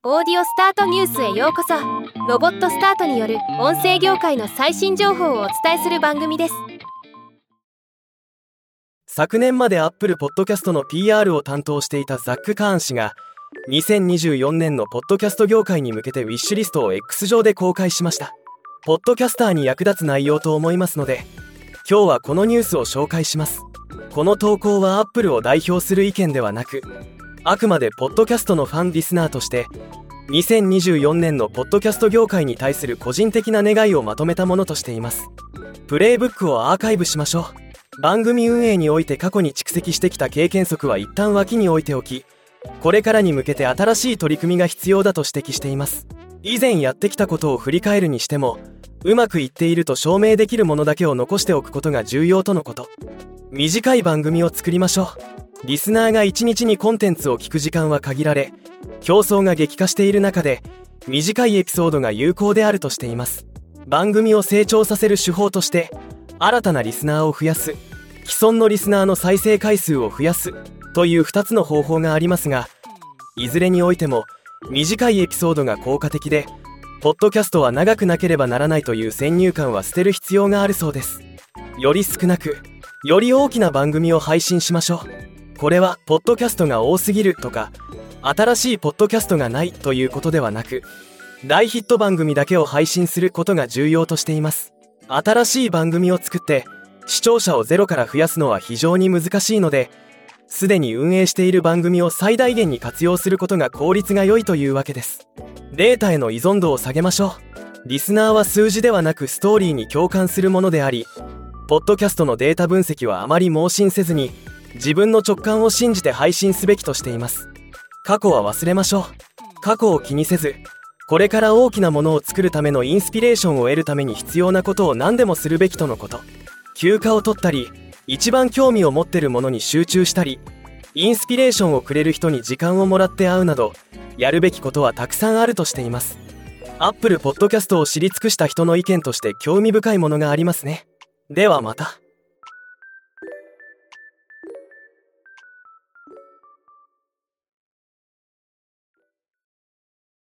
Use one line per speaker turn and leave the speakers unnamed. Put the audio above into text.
オーディオスタートニュースへようこそ。ロボットスタートによる音声業界の最新情報をお伝えする番組です。
昨年まで Apple Podcast の PR を担当していたザック・カーン氏が2024年のポッドキャスト業界に向けてウィッシュリストを X 上で公開しました。ポッドキャスターに役立つ内容と思いますので、今日はこのニュースを紹介します。この投稿は Apple を代表する意見ではなく、あくまでポッドキャストのファンリスナーとして2024年のポッドキャスト業界に対する個人的な願いをまとめたものとしています。プレイブックをアーカイブしましょう。番組運営において過去に蓄積してきた経験則は一旦脇に置いておき、これからに向けて新しい取り組みが必要だと指摘しています。以前やってきたことを振り返るにしても、うまくいっていると証明できるものだけを残しておくことが重要とのこと。短い番組を作りましょう。リスナーが1日にコンテンツを聞く時間は限られ、競争が激化している中で短いエピソードが有効であるとしています。番組を成長させる手法として、新たなリスナーを増やす、既存のリスナーの再生回数を増やすという2つの方法がありますが、いずれにおいても短いエピソードが効果的で、ポッドキャストは長くなければならないという先入観は捨てる必要があるそうです。より少なくより大きな番組を配信しましょう。これはポッドキャストが多すぎるとか、新しいポッドキャストがないということではなく、大ヒット番組だけを配信することが重要としています。新しい番組を作って視聴者をゼロから増やすのは非常に難しいので、すでに運営している番組を最大限に活用することが効率が良いというわけです。データへの依存度を下げましょう。リスナーは数字ではなくストーリーに共感するものであり、ポッドキャストのデータ分析はあまり盲信せずに、自分の直感を信じて配信すべきとしています。過去は忘れましょう。過去を気にせず、これから大きなものを作るためのインスピレーションを得るために必要なことを何でもするべきとのこと。休暇を取ったり、一番興味を持っているものに集中したり、インスピレーションをくれる人に時間をもらって会うなど、やるべきことはたくさんあるとしています。Apple Podcast を知り尽くした人の意見として興味深いものがありますね。ではまた。